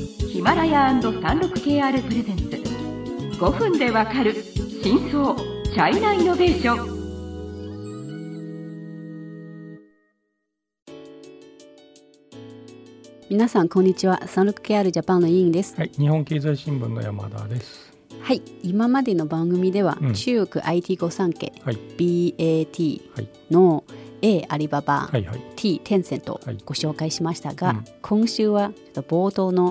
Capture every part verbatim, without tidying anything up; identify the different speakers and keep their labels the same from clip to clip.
Speaker 1: ヒマラヤ &さんじゅうろくケーアール プレゼンツごふんでわかる真相チャイナイノベーション。
Speaker 2: 皆さんこんにちは。 さんじゅうろくケーアール ジャパンの委員です。
Speaker 3: はい、日本経済新聞の山田です。
Speaker 2: はい、今までの番組では、
Speaker 3: うん、
Speaker 2: 中国 アイティー 御三家、
Speaker 3: はい、
Speaker 2: ビーエーティー の A アリババ、
Speaker 3: はいはい、
Speaker 2: T テンセントをご紹介しましたが、
Speaker 3: はいうん、
Speaker 2: 今週はちょっと冒頭の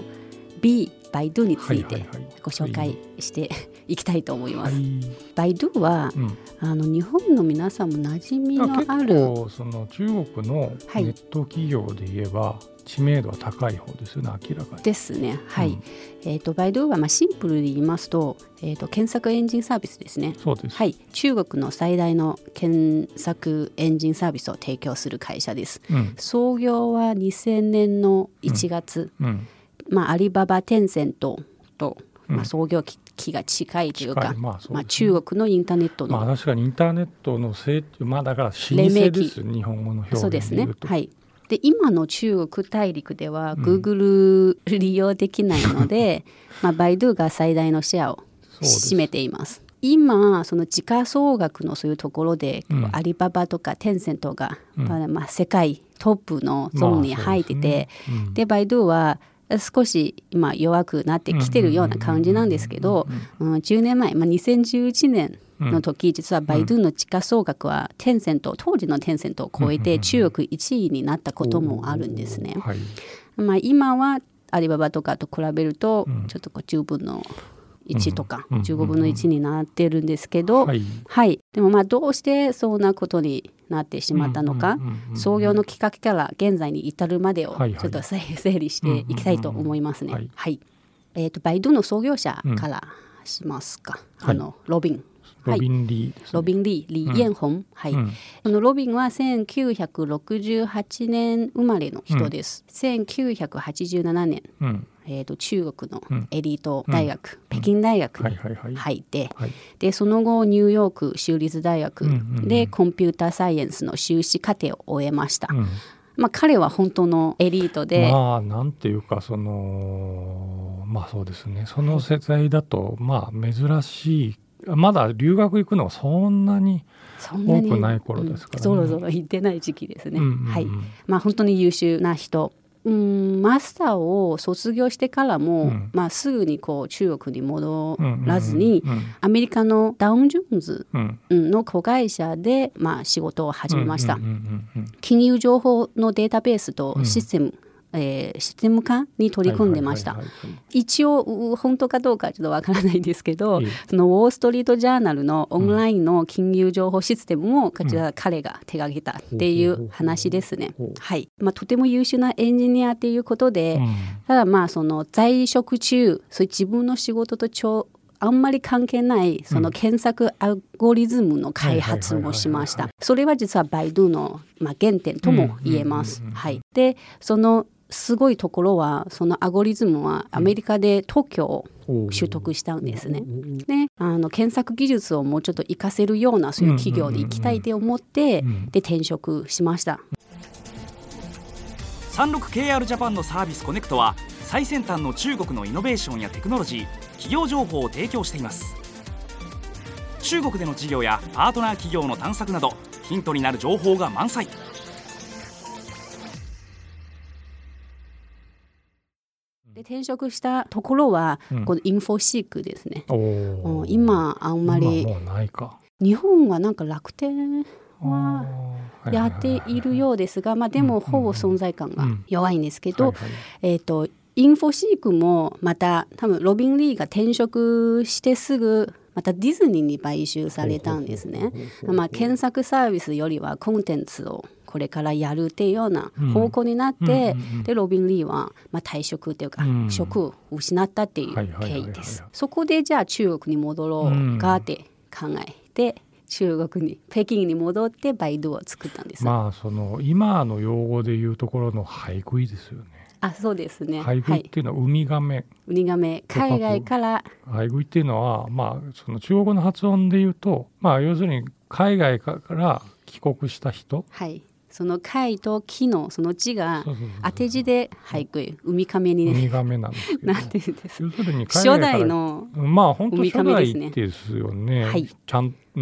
Speaker 2: B バイドゥについてご紹介していきたいと思います。はい、バイドゥは、うん、あの日本の皆さんも馴染みのある、
Speaker 3: 結構その中国のネット企業で言えば、はい、知名度は高い方ですよね、明らかに。
Speaker 2: ですね。はい。うん、えっとバイドゥはまあシンプルに言いますと、えっと検索エンジンサービスですね。
Speaker 3: そうです。
Speaker 2: はい。中国の最大の検索エンジンサービスを提供する会社です。うん、創業はにせんねんのいちがつ。うんうんまあ、アリババテンセントと、まあ、創業期が近いというか、うんまあそうですねまあ、中国のインターネットの、
Speaker 3: まあ、確かにインターネットの成長、まあ、だから老舗です日本語の表現で言うと。そうですね。
Speaker 2: はい。で今の中国大陸では Google 利用できないので、うんまあ、バイドゥが最大のシェアを占めています。今その時価総額のそういうところで、うん、アリババとかテンセントが、うんまあ、世界トップのゾーンに入ってて、まあそうですねうん、でバイドゥは少し今弱くなってきてるような感じなんですけど、じゅうねんまえ、まあ、にせんじゅういちねんの時、うん、実はバイドゥの時価総額はテンセント当時のテンセントを超えて中国いちいになったこともあるんですね。はいまあ、今はアリババとかと比べるとちょっとこうじゅうぶんのいちとかじゅうごぶんのいちになってるんですけど、はいはい、でもまあどうしてそんなことになってしまったのか、創業のきっかけから現在に至るまでをちょっと整理していきたいと思いますね。はいはいえー、とバイドゥの創業者からしますか、うん、あのロビン
Speaker 3: ロビンリーですね、
Speaker 2: ロビンリー、リー・エンホン、はいうん、このロビンはせんきゅうひゃくろくじゅうはちねん生まれの人です、うん、せんきゅうひゃくはちじゅうななねん、うんえー、と中国のエリート大学、うん、北京大学に入って、はい、でその後ニューヨーク州立大学でコンピューターサイエンスの修士課程を終えました。うんまあ、彼は本当のエリートで、
Speaker 3: まあなんていうかそのまあそうですね、その世代だとまあ珍しい、まだ留学行くのはそんなに多くない頃ですからね。
Speaker 2: そろそろ行ってない時期ですね。うんうんうん、はい。まあ本当に優秀な人。うんマスターを卒業してからも、うんまあ、すぐにこう中国に戻らずに、うんうんうん、アメリカのダウン・ジョーンズの子会社で、まあ、仕事を始めました、うんうんうんうん、金融情報のデータベースとシステム、うんえー、システム化に取り組んでました。一応本当かどうかちょっとわからないですけど、そのウォールストリートジャーナルのオンラインの金融情報システムもこちら彼が手掛けたっていう話ですね、うんはいまあ、とても優秀なエンジニアということで、うん、ただまあその在職中そういう自分の仕事と超あんまり関係ないその検索アルゴリズムの開発もしました。それは実はバイドゥのまあ原点とも言えます。でそのすごいところはそのアルゴリズムはアメリカで特許を取得したんですね。であの検索技術をもうちょっと活かせるようなそういう企業で行きたいと思ってで転職しました。
Speaker 4: さんじゅうろくケーアール ジャパンのサービスコネクトは最先端の中国のイノベーションやテクノロジー、企業情報を提供しています。中国での事業やパートナー企業の探索などヒントになる情報が満載。
Speaker 2: で転職したところは、うん、このインフォシークですね。お今あんまり
Speaker 3: 今もうないか。
Speaker 2: 日本はなんか楽天はやっているようですが、まあ、でもほぼ存在感が弱いんですけど、えーとインフォシークもまた多分ロビン・リーが転職してすぐまたディズニーに買収されたんですね。まあ、検索サービスよりはコンテンツをこれからやるっていうような方向になって、うん、でロビン・リーはまあ退職っていうか、うん、職を失ったっていう経緯です。そこでじゃあ中国に戻ろうかって考えて、中国に北京に戻ってバイドゥを作ったんです。
Speaker 3: まあその今の用語でいうところのハイ食いですよね。
Speaker 2: あ、そうですね。
Speaker 3: ハイ食いっていうのはウミガメ、はい、
Speaker 2: ウミガメ海外から
Speaker 3: ハイ食いっていうのは、まあ、その中国語の発音でいうと、まあ、要するに海外から帰国した人
Speaker 2: その貝と木のその字が当て字で俳句、ウミガメに、ね、
Speaker 3: ウミガメなんですけど、
Speaker 2: なんていうんです
Speaker 3: 要するに
Speaker 2: 初代の
Speaker 3: まあ本当初代ですよね。はい、ちゃん、うん、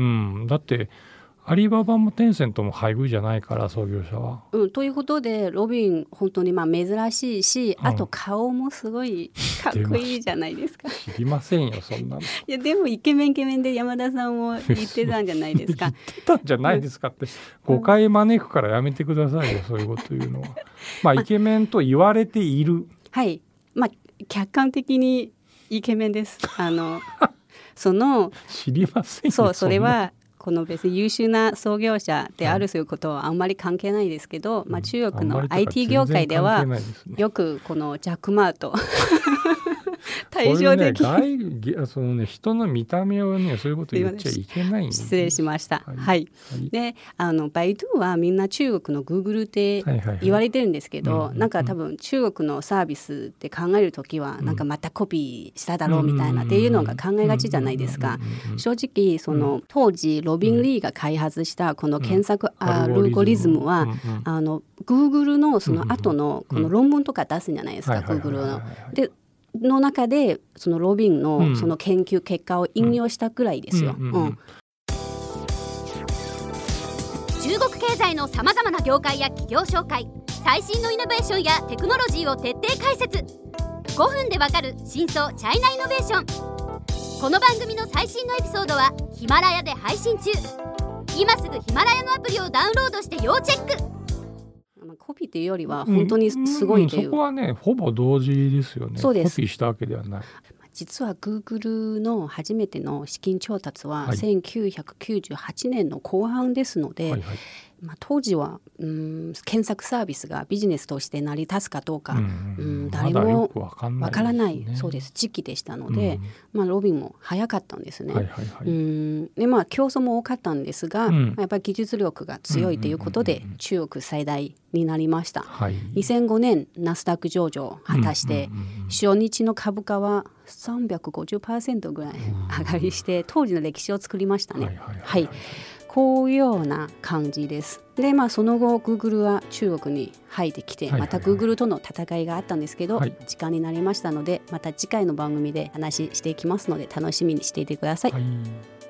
Speaker 3: だってアリババもテンセントも配偶じゃないから創業者は、
Speaker 2: うん、ということでロビン本当にまあ珍しいし、あと顔もすごいかっこいいじゃないですか。
Speaker 3: 知りませんよそんなの。い
Speaker 2: やでもイケメンイケメンで山田さんも言ってたんじゃないですか。
Speaker 3: 言ってたんじゃないですかって誤解招くからやめてくださいよそういうこと言うのは。まあイケメンと言われている、
Speaker 2: はい、まあ客観的にイケメンです。あのその
Speaker 3: 知りませんよ。
Speaker 2: そうそれはこの別に優秀な創業者であるということはあんまり関係ないですけど、はい、まあ、中国の アイティー 業界ではよくこのジャック・マーと対照的に、
Speaker 3: ね、そのね、人の見た目をねそういうこと言っちゃいけないんです。
Speaker 2: 失礼しました。はい、はい、であのバイドゥはみんな中国の Google って言われてるんですけど、はいはいはい、なんか多分中国のサービスって考えるときは、うん、なんかまたコピーしただろうみたいなっていうのが考えがちじゃないですか。正直その当時ロビン・リーが開発したこの検索アルゴリズムは、うんうん、あの Google のその後のこの論文とか出すんじゃないですか、Google の。での中でそのロビンのその研究結果を引用したくらいですよ。中
Speaker 5: 国経済のさまざまな業界や企業紹介、最新のイノベーションやテクノロジーを徹底解説。ごふんでわかる真相チャイナイノベーション。この番組の最新のエピソードはヒマラヤで配信中。今すぐヒマラヤのアプリをダウンロードして要チェック。
Speaker 2: コピーというよりは本当にすごいという、
Speaker 3: うんうん、そこはねほぼ同時ですよね。
Speaker 2: そうです。
Speaker 3: コピーしたわけではない。
Speaker 2: 実は Google の初めての資金調達はせんきゅうひゃくきゅうじゅうはちねんの後半ですので、はいはい、まあ、当時はうん検索サービスがビジネスとして成り立つかどうか、うんうん、誰もわからない、そうです時期でしたので、うん、まあ、ロビンも早かったんですね。はいはいはい、うんでまあ、競争も多かったんですが、うん、やっぱり技術力が強いということで、うんうんうんうん、中国最大になりました。はい、にせんごねんナスダック上場を果たして、うんうんうんうん、初日の株価は さんびゃくごじゅっパーセント ぐらい上がりして、当時の歴史を作りましたね。はいはいはいはい、こういうような感じです。で、まあ、その後 Google は中国に入ってきて、また Google との戦いがあったんですけど、はい、時間になりましたので、また次回の番組で話していきますので楽しみにしていてください。はい。